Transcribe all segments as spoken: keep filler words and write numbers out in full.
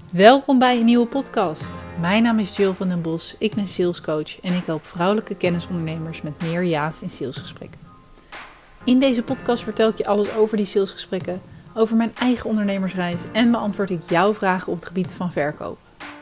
Welkom bij een nieuwe podcast. Mijn naam is Jill van den Bos, ik ben salescoach en ik help vrouwelijke kennisondernemers met meer ja's in salesgesprekken. In deze podcast vertel ik je alles over die salesgesprekken, over mijn eigen ondernemersreis en beantwoord ik jouw vragen op het gebied van verkoop.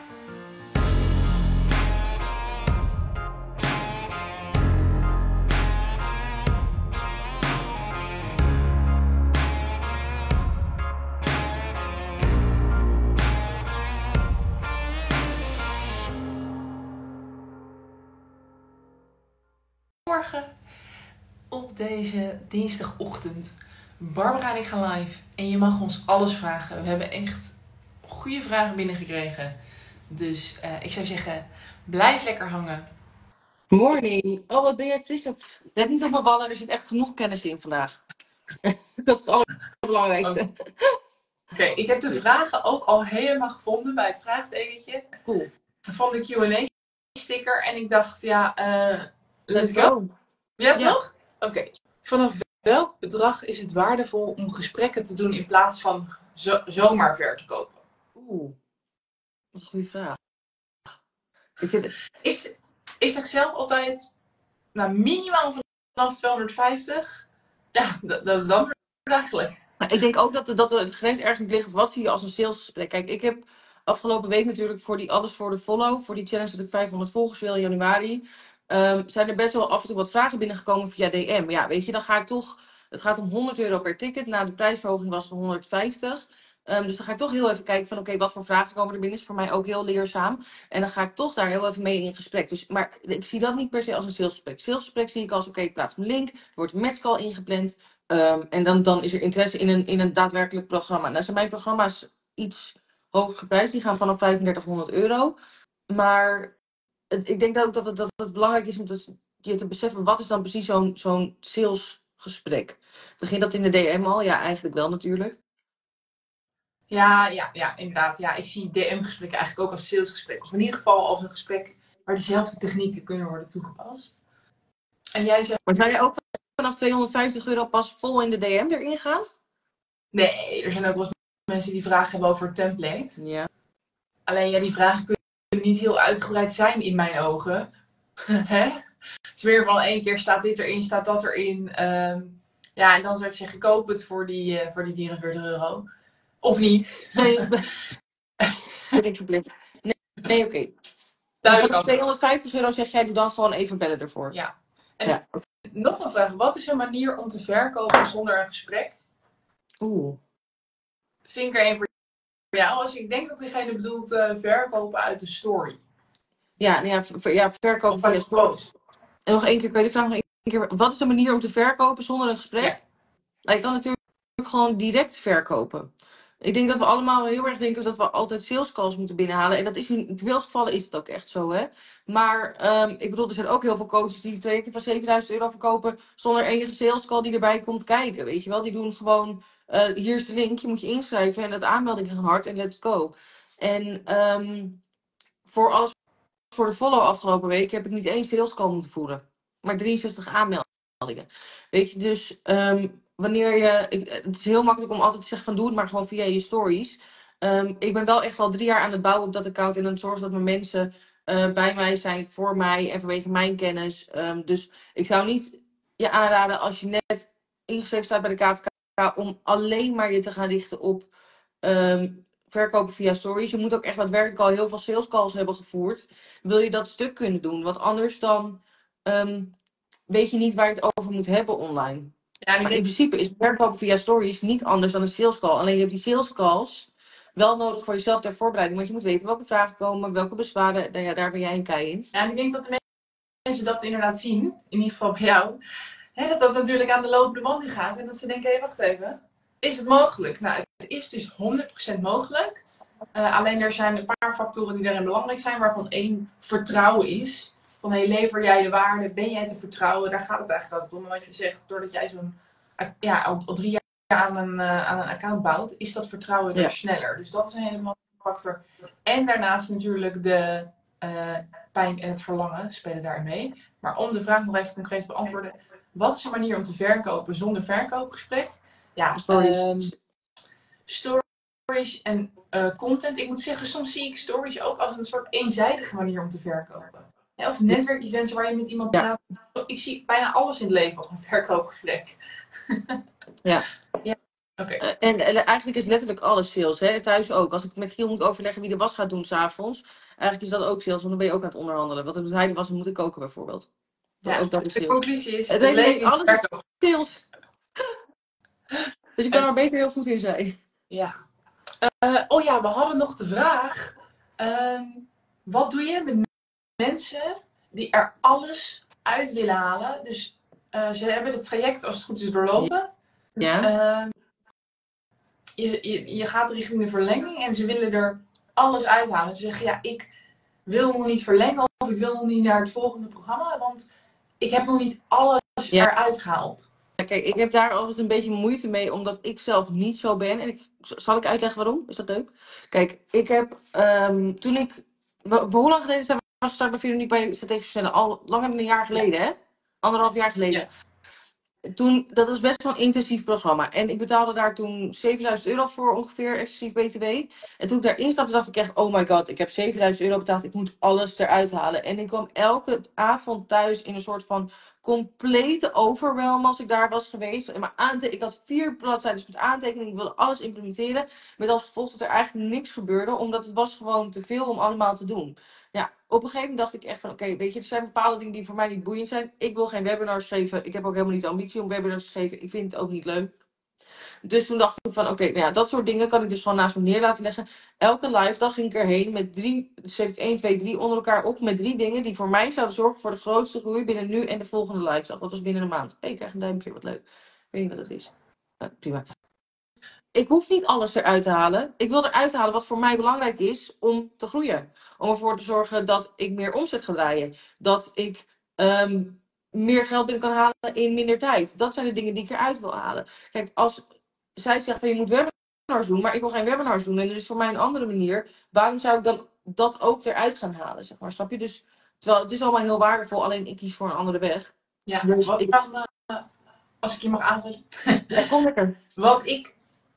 Morgen op deze dinsdagochtend. Barbara en ik gaan live en je mag ons alles vragen. We hebben echt goede vragen binnengekregen. Dus uh, ik zou zeggen, blijf lekker hangen. Morning. Oh, wat ben jij fris? Let niet op mijn ballen, er zit echt genoeg kennis in vandaag. Dat is het allerbelangrijkste. Oké, okay, ik heb de vragen ook al helemaal gevonden bij het vraagtekentje. Cool. Van de Q en A sticker. En ik dacht, ja, uh, let's, let's go. go. Ja, toch? Ja. Oké. Okay. Vanaf welk bedrag is het waardevol om gesprekken te doen in plaats van zo zomaar ver te kopen? Oeh, dat is een goede vraag. Ik, vind... ik, ik zeg zelf altijd, nou, minimaal vanaf tweehonderdvijftig. Ja, dat, dat is dan eigenlijk. Nou, ik denk ook dat de, dat de grens ergens moet liggen. Wat zie je als een salesgesprek? Kijk, ik heb afgelopen week natuurlijk voor die Alles voor de Follow, voor die challenge dat ik vijfhonderd volgers wil in januari, um, zijn er best wel af en toe wat vragen binnengekomen via D M. Ja, weet je, dan ga ik toch, het gaat om honderd euro per ticket. Na de prijsverhoging was het honderdvijftig. Um, dus dan ga ik toch heel even kijken van oké, okay, wat voor vragen komen er binnen. Is voor mij ook heel leerzaam. En dan ga ik toch daar heel even mee in gesprek. Dus, maar ik zie dat niet per se als een salesgesprek. Salesgesprek zie ik als oké, okay, ik plaats mijn link, er wordt een matchcall ingepland. Um, en dan, dan is er interesse in een, in een daadwerkelijk programma. Nou zijn mijn programma's iets hoger geprijsd. Die gaan vanaf vijfendertighonderd euro. Maar het, ik denk dat, dat, het, dat het belangrijk is om te, je te beseffen, wat is dan precies zo'n zo'n salesgesprek? Begint dat in de D M al? Ja, eigenlijk wel natuurlijk. Ja, ja, ja, inderdaad. Ja, ik zie D M-gesprekken eigenlijk ook als salesgesprek. Of in ieder geval als een gesprek waar dezelfde technieken kunnen worden toegepast. En jij zegt... Maar zou jij ook vanaf tweehonderdvijftig euro pas vol in de D M erin gaan? Nee, er zijn ook wel eens mensen die vragen hebben over een template. Ja. Alleen, ja, die vragen kunnen niet heel uitgebreid zijn in mijn ogen. Hè? Het is meer van één keer staat dit erin, staat dat erin. Um, ja, en dan zou ik zeggen, koop het voor die, uh, voor die vierenveertig euro. Of niet. Nee, nee, nee, nee oké. Okay. Duidelijk. tweehonderdvijftig euro zeg jij, doe dan gewoon even bellen ervoor. Ja. En ja. Nog een vraag. Wat is een manier om te verkopen zonder een gesprek? Oeh. Vind ik er één voor jou. Als ik denk dat diegene bedoelt uh, verkopen uit de story. Ja, nou ja, ver, ja verkopen van de story. En nog één keer, kan je de vraag nog één keer. Wat is de manier om te verkopen zonder een gesprek? Ja. Nou, je kan natuurlijk gewoon direct verkopen. Ik denk dat we allemaal heel erg denken dat we altijd sales calls moeten binnenhalen. En dat is in veel gevallen is het ook echt zo, hè. Maar um, ik bedoel, er zijn ook heel veel coaches die trajecten van zevenduizend euro verkopen zonder enige sales call die erbij komt kijken. Weet je wel, die doen gewoon, uh, hier is de link, je moet je inschrijven en het aanmelding gaan hard en let's go. En um, voor alles voor de follow afgelopen week heb ik niet één sales call moeten voeren. Maar drieënzestig aanmeldingen. Weet je, dus um, wanneer je... Ik, het is heel makkelijk om altijd te zeggen van doe het maar gewoon via je stories. Um, ik ben wel echt al drie jaar aan het bouwen op dat account. En dan zorgen dat mijn mensen uh, bij mij zijn voor mij en vanwege mijn kennis. Um, dus ik zou niet je aanraden als je net ingeschreven staat bij de K V K om alleen maar je te gaan richten op um, verkopen via stories. Je moet ook echt daadwerkelijk al heel veel sales calls hebben gevoerd. Wil je dat stuk kunnen doen? Want anders dan um, weet je niet waar je het over moet hebben online. Ja, maar in principe is het verkopen via stories niet anders dan een sales call. Alleen je hebt die sales calls wel nodig voor jezelf ter voorbereiding. Want je moet weten welke vragen komen, welke bezwaren. Nou ja, daar ben jij een kei in. Ja, en ik denk dat de mensen dat inderdaad zien. In ieder geval bij jou. Hè, dat dat natuurlijk aan de lopende band in gaat. En dat ze denken, hé, hey, wacht even. Is het mogelijk? Nou, het is dus honderd procent mogelijk. Uh, alleen er zijn een paar factoren die daarin belangrijk zijn. Waarvan één vertrouwen is. Van, hé, hey, lever jij de waarde? Ben jij te vertrouwen? Daar gaat het eigenlijk altijd om. En wat je zegt, doordat jij zo'n, ja, al, al drie jaar aan een, uh, aan een account bouwt, is dat vertrouwen er ja. sneller. Dus dat is een hele belangrijke factor. En daarnaast natuurlijk de uh, pijn en het verlangen spelen daarin mee. Maar om de vraag nog even concreet te beantwoorden. Wat is een manier om te verkopen zonder verkoopgesprek? Ja, stories. Um, stories. stories en uh, content. Ik moet zeggen, soms zie ik stories ook als een soort eenzijdige manier om te verkopen. Ja, of netwerkevents waar je met iemand Ja. praat. Ik zie bijna alles in het leven als een verkoopgesprek. Ja. Ja. Oké. Uh, en, en eigenlijk is letterlijk alles sales. Hè? Thuis ook. Als ik met Giel moet overleggen wie de was gaat doen s'avonds. Eigenlijk is dat ook sales, want dan ben je ook aan het onderhandelen. Wat doet hij de was, dan moet ik koken bijvoorbeeld. Ja, ook dat is de sales. conclusie is, Het het hele leven is alles is verkoop. sales. Dus je kan En- er beter heel goed in zijn. Ja. Uh, oh ja, we hadden nog de vraag. Um, wat doe je met mensen die er alles uit willen halen? Dus uh, ze hebben het traject als het goed is doorlopen. Ja. Uh, je, je, je gaat richting de verlenging en ze willen er alles uithalen. Ze zeggen, ja, ik wil nog niet verlengen of ik wil nog niet naar het volgende programma, want ik heb nog niet alles Ja. eruit gehaald. Kijk, ik heb daar altijd een beetje moeite mee, omdat ik zelf niet zo ben. En ik, zal ik uitleggen waarom? Is dat leuk? Kijk, ik heb, um, toen ik, we, hoe lang geleden zijn we gestart bij Veronique bij Strategische Versnellen? Al langer dan een jaar geleden, hè? Anderhalf jaar geleden. Ja. Toen, dat was best wel een intensief programma. En ik betaalde daar toen zevenduizend euro voor ongeveer, exclusief B T W. En toen ik daarin stapte, dacht ik echt, oh my god, ik heb zevenduizend euro betaald, ik moet alles eruit halen. En ik kwam elke avond thuis in een soort van complete overwhelm als ik daar was geweest. En mijn aante- ik had vier bladzijden met aantekeningen, ik wilde alles implementeren. Met als gevolg dat er eigenlijk niks gebeurde, omdat het was gewoon te veel om allemaal te doen. Ja, op een gegeven moment dacht ik echt van, oké, okay, weet je, er zijn bepaalde dingen die voor mij niet boeiend zijn. Ik wil geen webinars geven. Ik heb ook helemaal niet de ambitie om webinars te geven. Ik vind het ook niet leuk. Dus toen dacht ik van, oké, okay, nou ja, dat soort dingen kan ik dus gewoon naast me neer laten leggen. Elke live dag ging ik erheen met drie, dus schreef ik één, twee, drie onder elkaar op. Met drie dingen die voor mij zouden zorgen voor de grootste groei binnen nu en de volgende live dag. Dat was binnen een maand. Hé, hey, ik krijg een duimpje, wat leuk. Ik weet niet wat het is. Nou, prima. Ik hoef niet alles eruit te halen. Ik wil eruit halen wat voor mij belangrijk is om te groeien. Om ervoor te zorgen dat ik meer omzet ga draaien. Dat ik um, meer geld binnen kan halen in minder tijd. Dat zijn de dingen die ik eruit wil halen. Kijk, als zij zegt van je moet webinars doen, maar ik wil geen webinars doen. En er is voor mij een andere manier. Waarom zou ik dan dat ook eruit gaan halen? Zeg maar, snap je? Dus, terwijl het is allemaal heel waardevol. Alleen ik kies voor een andere weg. Ja, dus wat ik... dan, uh, als ik je mag aanvullen. Ja, kom lekker. Wat ik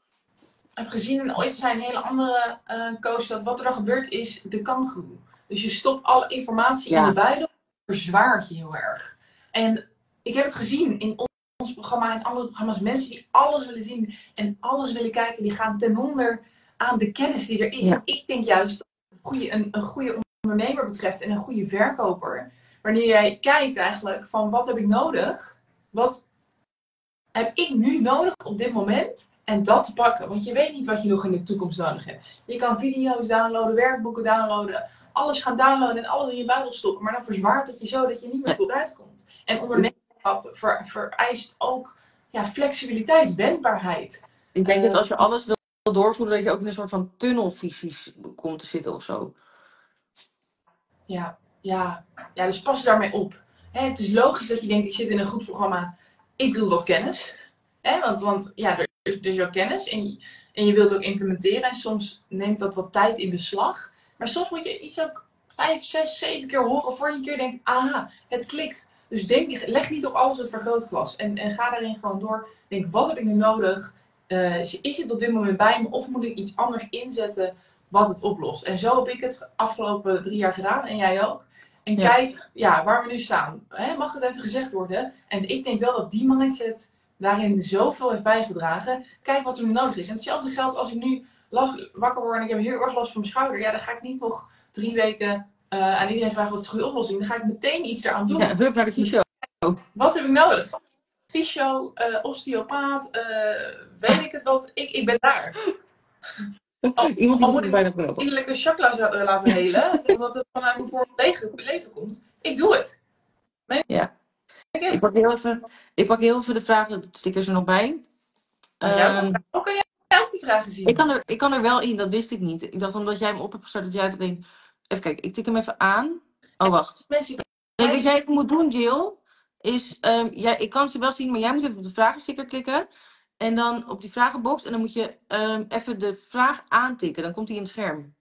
heb gezien en ooit zijn een hele andere uh, coach, dat wat er dan gebeurt is de kangoeroe. Dus je stopt alle informatie Ja. in je buidel, verzwaart je heel erg. En ik heb het gezien in ons programma en andere programma's. Mensen die alles willen zien en alles willen kijken, die gaan ten onder aan de kennis die er is. Ja. Ik denk juist dat een goede, een, een goede ondernemer betreft en een goede verkoper. Wanneer jij kijkt eigenlijk van wat heb ik nodig? Wat heb ik nu nodig op dit moment? En dat te pakken. Want je weet niet wat je nog in de toekomst nodig hebt. Je kan video's downloaden, werkboeken downloaden. Alles gaan downloaden en alles in je buidel stoppen. Maar dan verzwaart het je zo dat je niet meer vooruit komt. En ondernemerschap ver, vereist ook ja, flexibiliteit, wendbaarheid. Ik denk uh, dat als je alles wil doorvoeren, dat je ook in een soort van tunnelvisies komt te zitten of zo. Ja, ja, ja, dus pas daarmee op. Hè, het is logisch dat je denkt, ik zit in een groepsprogramma, ik wil wat kennis. Hè, want, want ja, er, er is jouw kennis en je, en je wilt het ook implementeren. En soms neemt dat wat tijd in beslag. Maar soms moet je iets ook vijf, zes, zeven keer horen voor je een keer denkt, aha, het klikt. Dus denk, leg niet op alles het vergrootglas. En, en ga daarin gewoon door. Denk, wat heb ik nu nodig? Uh, is het op dit moment bij me? Of moet ik iets anders inzetten wat het oplost? En zo heb ik het afgelopen drie jaar gedaan. En jij ook. En Ja. kijk ja, waar we nu staan. Hè, mag het even gezegd worden? En ik denk wel dat die mindset daarin zoveel heeft bijgedragen. Kijk wat er nu nodig is. En hetzelfde geldt als ik nu lach, wakker word en ik heb heel erg last van mijn schouder. Ja, dan ga ik niet nog drie weken uh, aan iedereen vragen wat is de goede oplossing. Dan ga ik meteen iets eraan doen. Ja, hup naar de fysio. Wat heb ik nodig? Fysio, uh, osteopaat, uh, weet ik het wat. Ik, ik ben daar. Al, Iemand die al moet ik bijna mijn innerlijke chakra uh, laten helen, omdat het vanuit mijn vorige leven komt. Ik doe het. Nee? Ja. Ik pak, heel even, ik pak heel even de vragen, stickers er nog bij. Um, Hoe kan jij ook die vragen zien? Ik kan, er, ik kan er wel in, dat wist ik niet. Ik dacht omdat jij hem op hebt gestart dat jij het alleen... Even kijken, ik tik hem even aan. Oh, wacht. Mensen, nee, wat jij even moet doen, Jill, is... Um, ja, ik kan ze wel zien, maar jij moet even op de vragensticker klikken. En dan op die vragenbox. En dan moet je um, even de vraag aantikken. Dan komt hij in het scherm.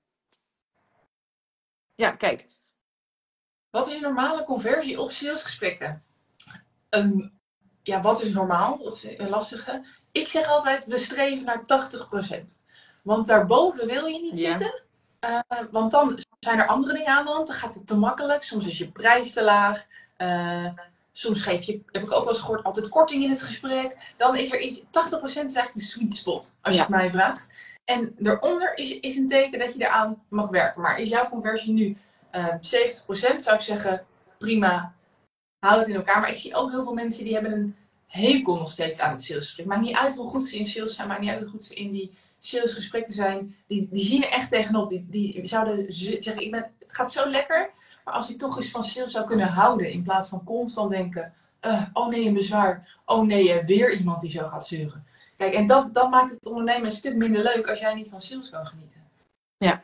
Ja, kijk. Wat is een normale conversie op salesgesprekken? Um, ja, wat is normaal? Dat is een lastige. Ik zeg altijd, we streven naar tachtig procent. Want daarboven wil je niet Ja. zitten. Uh, want dan zijn er andere dingen aan de hand. Dan gaat het te makkelijk. Soms is je prijs te laag. Uh, soms geef je, heb ik ook wel eens gehoord, altijd korting in het gesprek. Dan is er iets, tachtig procent is eigenlijk de sweet spot, als ja. je het mij vraagt. En daaronder is, is een teken dat je eraan mag werken. Maar is jouw conversie nu uh, zeventig procent, zou ik zeggen, prima, hou het in elkaar. Maar ik zie ook heel veel mensen die hebben een hekel nog steeds aan het salesgesprek. Maakt niet uit hoe goed ze in sales zijn, maakt niet uit hoe goed ze in die salesgesprekken zijn. Die, die zien er echt tegenop. Die, die zouden zeggen, ik ben, het gaat zo lekker. Maar als ik toch eens van sales zou kunnen houden, in plaats van constant denken, uh, oh nee, een bezwaar. Oh nee, weer iemand die zo gaat zeuren. Kijk, en dat, dat maakt het ondernemen een stuk minder leuk als jij niet van sales kan genieten. Ja.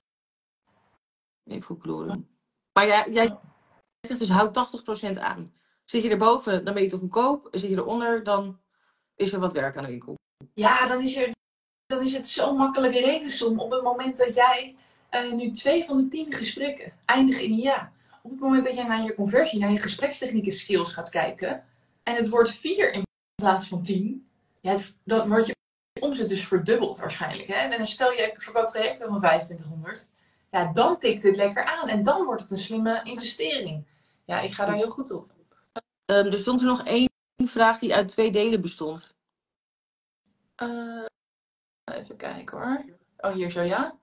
Even goed kloren. Maar jij, jij zegt dus houd tachtig procent aan. Zit je erboven, dan ben je te goedkoop. Zit je eronder, dan is er wat werk aan de winkel. Ja, dan is, er, dan is het zo'n makkelijke rekensom op het moment dat jij uh, nu twee van de tien gesprekken eindigen in een ja. Op het moment dat jij naar je conversie, naar je gesprekstechnieken skills gaat kijken en het wordt vier in plaats van tien, ja, dan wordt je omzet dus verdubbeld waarschijnlijk. Hè? En dan stel je verkooptrajecten van vijfentwintighonderd. Ja, dan tikt het lekker aan en dan wordt het een slimme investering. Ja, ik ga daar heel goed op. Um, er stond er nog één vraag die uit twee delen bestond. Uh, even kijken hoor. Oh, hier zo, ja.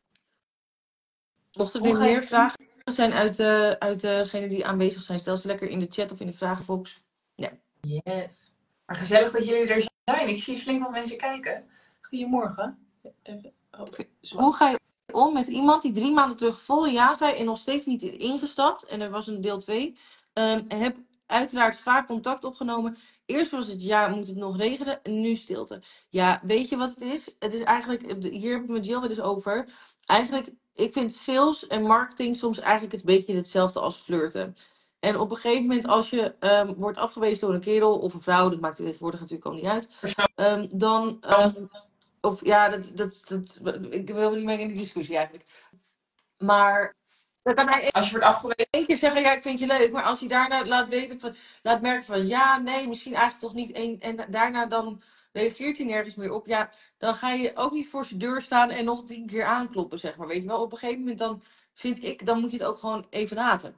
Mochten er weer meer je... vragen zijn uit, uh, uit degenen die aanwezig zijn, stel ze lekker in de chat of in de vragenbox. Ja. Yes. Maar gezellig dat jullie er zijn. Ik zie flink wat mensen kijken. Goedemorgen. Even, oh, Hoe ga je om met iemand die drie maanden terug vol ja zei en nog steeds niet is ingestapt? En er was een deel twee. Um, heb uiteraard vaak contact opgenomen. Eerst was het ja, moet het nog regelen. En nu stilte. Ja, weet je wat het is? Het is eigenlijk, hier heb ik met Jill weer dus over. Eigenlijk, ik vind sales en marketing soms eigenlijk een beetje hetzelfde als flirten. En op een gegeven moment, als je um, wordt afgewezen door een kerel of een vrouw, dat maakt tegenwoordig natuurlijk al niet uit. Um, dan, um, of ja, dat, dat, dat, ik wil niet meer in die discussie eigenlijk. Maar dan kan hij als je wordt afgewezen, één keer zeggen, ja, ik vind je leuk. Maar als hij daarna laat weten, van, laat merken van, ja, nee, misschien eigenlijk toch niet. En, en daarna dan reageert hij nergens meer op. Ja, dan ga je ook niet voor zijn deur staan en nog tien keer aankloppen, zeg maar. Weet je wel, op een gegeven moment dan vind ik, dan moet je het ook gewoon even laten.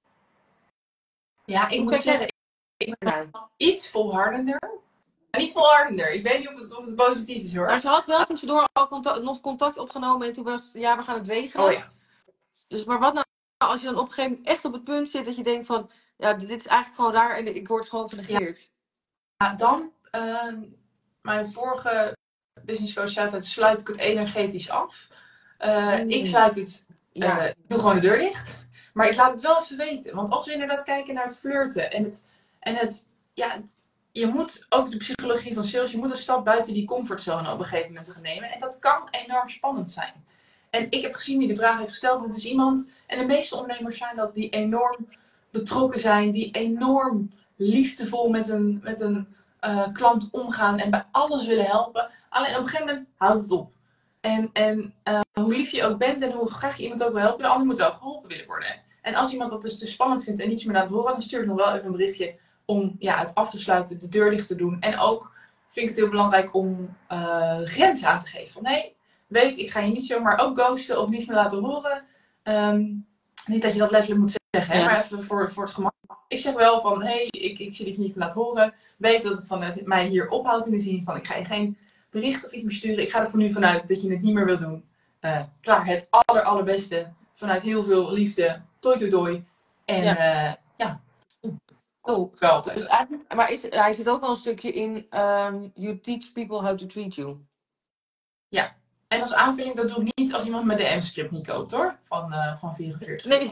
Ja, ik Hoe moet zeggen, ik ben iets volhardender. Niet volhardender. Ik weet niet of het, of het positief is hoor. Maar ze had wel tussendoor al contact, nog contact opgenomen en toen was het, ja, we gaan het regelen. Oh ja. Dus, maar wat nou als je dan op een gegeven moment echt op het punt zit dat je denkt van, ja, dit is eigenlijk gewoon raar en ik word gewoon genegeerd. Ja, ja dan, uh, mijn vorige business coach zei altijd, sluit ik het energetisch af. Uh, mm. Ik sluit het, uh, ja. ik doe gewoon de deur dicht. Maar ik laat het wel even weten. Want als we inderdaad kijken naar het flirten en het, en het ja, het, je moet ook de psychologie van sales, je moet een stap buiten die comfortzone op een gegeven moment gaan nemen. En dat kan enorm spannend zijn. En ik heb gezien wie de vraag heeft gesteld. Dat is iemand, en de meeste ondernemers zijn dat, die enorm betrokken zijn. Die enorm liefdevol met een, met een uh, klant omgaan. En bij alles willen helpen. Alleen op een gegeven moment houdt het op. En, en uh, hoe lief je ook bent en hoe graag je iemand ook wil helpen. De ander moet wel geholpen willen worden. En als iemand dat dus te spannend vindt en niets meer laat horen. Dan stuur ik nog wel even een berichtje om ja, het af te sluiten. De deur dicht te doen. En ook vind ik het heel belangrijk om uh, grenzen aan te geven. Van nee, weet, ik ga je niet zomaar ook ghosten of niet meer laten horen. Um, niet dat je dat letterlijk moet zeggen, hè, ja. Maar even voor, voor het gemak. Ik zeg wel van, hé, hey, ik, ik zie dit niet meer laten horen. Weet dat het vanuit mij hier ophoudt in de zin van, ik ga je geen bericht of iets meer sturen. Ik ga er voor nu vanuit dat je het niet meer wilt doen. Uh, klaar, het aller, allerbeste. Vanuit heel veel liefde. Toi, toi, toi. En ja. Uh, ja. Cool. Wel, dus eigenlijk, maar is, hij zit ook al een stukje in, um, you teach people how to treat you. Ja. En als aanvulling, dat doe ik niet als iemand mijn D M-script niet koopt hoor. Van, uh, van vierenveertig. Nee.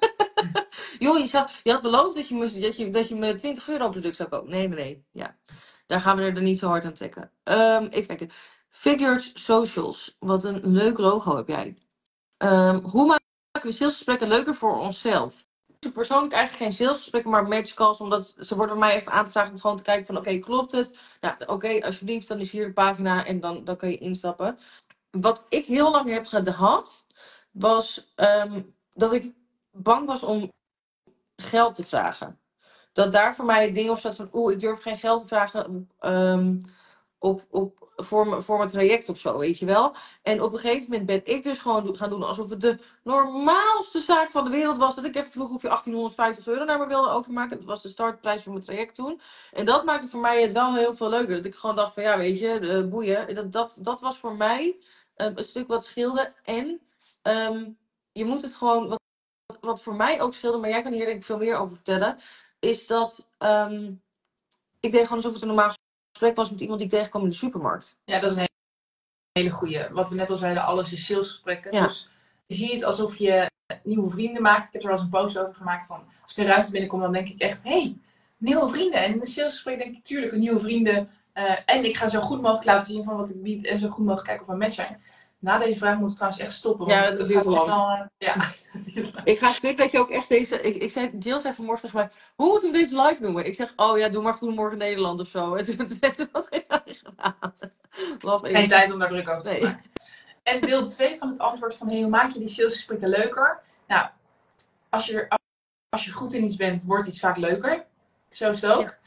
Joh, je, zag, je had beloofd dat je, me, dat, je, dat je me twintig euro product zou kopen. Nee, nee, nee. Ja. Daar gaan we er niet zo hard aan trekken. Um, even kijken. Figures Socials. Wat een leuk logo heb jij. Um, hoe maken we salesgesprekken leuker voor onszelf? Persoonlijk eigenlijk geen salesgesprekken, maar match calls. Omdat ze worden bij mij even aangevraagd om gewoon te kijken van oké, okay, klopt het? Nou, oké, okay, alsjeblieft, dan is hier de pagina en dan, dan kun je instappen. Wat ik heel lang heb gehad, was um, dat ik bang was om geld te vragen. Dat daar voor mij dingen op staat van, oeh, ik durf geen geld te vragen um, op, op voor, m- voor mijn traject of zo, weet je wel. En op een gegeven moment ben ik dus gewoon do- gaan doen alsof het de normaalste zaak van de wereld was. Dat ik even vroeg of je achttienhonderdvijftig euro naar me wilde overmaken. Dat was de startprijs van mijn traject toen. En dat maakte voor mij het wel heel veel leuker. Dat ik gewoon dacht van ja, weet je, de boeien. Dat, dat, dat was voor mij um, een stuk wat scheelde. En um, je moet het gewoon, wat, wat voor mij ook scheelde, maar jij kan hier denk ik veel meer over vertellen, is dat um, ik deed gewoon alsof het een normaal gesprek was met iemand die ik tegenkwam in de supermarkt. Ja, dat is een hele goeie. Wat we net al zeiden, alles is salesgesprekken. Ja. Dus zie het alsof je nieuwe vrienden maakt. Ik heb er wel eens een post over gemaakt van, als ik een ruimte binnenkom, dan denk ik echt, hé, hey, nieuwe vrienden. En in een salesgesprek denk ik, tuurlijk, een nieuwe vrienden. Uh, en ik ga zo goed mogelijk laten zien van wat ik bied en zo goed mogelijk kijken of we een match zijn. Na deze vraag moet het trouwens echt stoppen. Want Ja, het, dat het duurt gaat lang. wel, uh, ja, het duurt lang. Ik ga schrik dat je ook echt deze... Ik, ik zei, Jill zei vanmorgen tegen mij, hoe moeten we deze live noemen? Ik zeg, oh ja, doe maar Goedemorgen Nederland of zo. En toen heeft het ook geen gedaan. Love Geen it. tijd om daar druk over te Nee. maken. En deel twee van het antwoord van, hey, hoe maak je die salesgesprekken leuker? Nou, als je, als je goed in iets bent, wordt iets vaak leuker. Zo is het ook. Ja.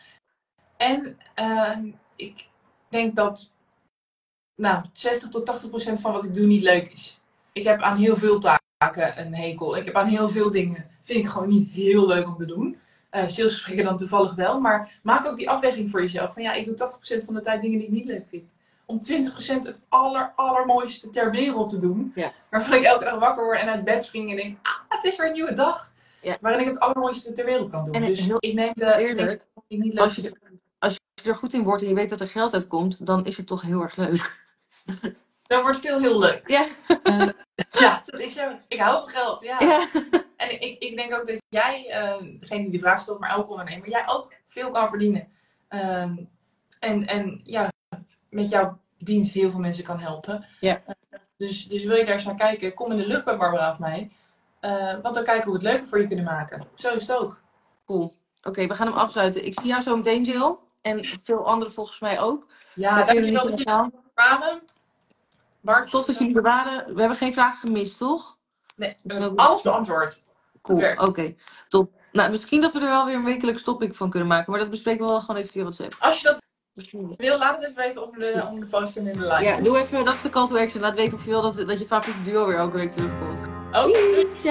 En uh, ik denk dat nou, zestig tot tachtig procent van wat ik doe niet leuk is. Ik heb aan heel veel taken een hekel. Ik heb aan heel veel dingen, vind ik gewoon niet heel leuk om te doen. Uh, salesgesprekken dan toevallig wel. Maar maak ook die afweging voor jezelf. Van ja, ik doe tachtig procent van de tijd dingen die ik niet leuk vind. Om twintig procent het aller, allermooiste ter wereld te doen. Ja. Waarvan ik elke dag wakker word en uit bed spring en denk, ah, het is weer een nieuwe dag. Ja. Waarin ik het allermooiste ter wereld kan doen. En dus ik neem de eerlijk, die ik niet leuk als, je, als je er goed in wordt en je weet dat er geld uit komt, dan is het toch heel erg leuk. Dan wordt veel heel leuk. Ja. Uh, ja, dat is zo. Ik hou van geld. Ja. Ja. En ik, ik denk ook dat jij, uh, degene die de vraag stelt, maar elke ondernemer, jij ook veel kan verdienen. Um, en, en ja, met jouw dienst heel veel mensen kan helpen. Ja. Uh, dus, dus wil je daar eens naar kijken, kom in de lucht bij Barbara of mij. Uh, want dan kijken hoe we het leuker voor je kunnen maken. Zo is het ook. Cool. Oké, okay, we gaan hem afsluiten. Ik zie jou zo meteen, Jill. En veel anderen volgens mij ook. Ja, dankjewel dat jullie kwamen. Bart, Tof dat jullie er waren. We hebben geen vragen gemist, toch? Nee, we hebben alles beantwoord. Cool, oké. Okay. Top. Nou, misschien dat we er wel weer een wekelijks topic van kunnen maken. Maar dat bespreken we wel gewoon even via WhatsApp. Als je dat wil, laat het even weten onder de, onder de post en in de live. Ja, doe even, dat is de call to action. Laat weten of je wil dat, dat je favoriete duo weer elke week terugkomt. Oké. Okay. Ja.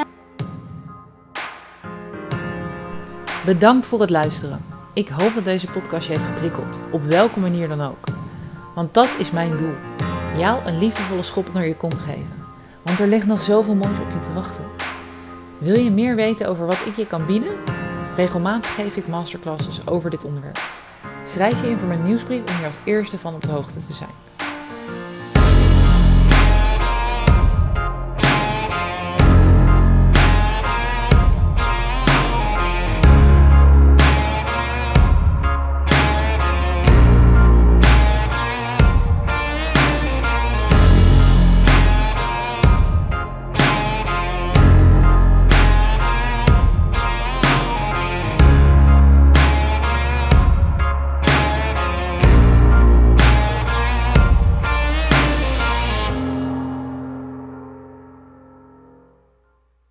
Bedankt voor het luisteren. Ik hoop dat deze podcast je heeft geprikkeld. Op welke manier dan ook. Want dat is mijn doel. Jou een liefdevolle schop naar je kont geven. Want er ligt nog zoveel moois op je te wachten. Wil je meer weten over wat ik je kan bieden? Regelmatig geef ik masterclasses over dit onderwerp. Schrijf je in voor mijn nieuwsbrief om hier als eerste van op de hoogte te zijn.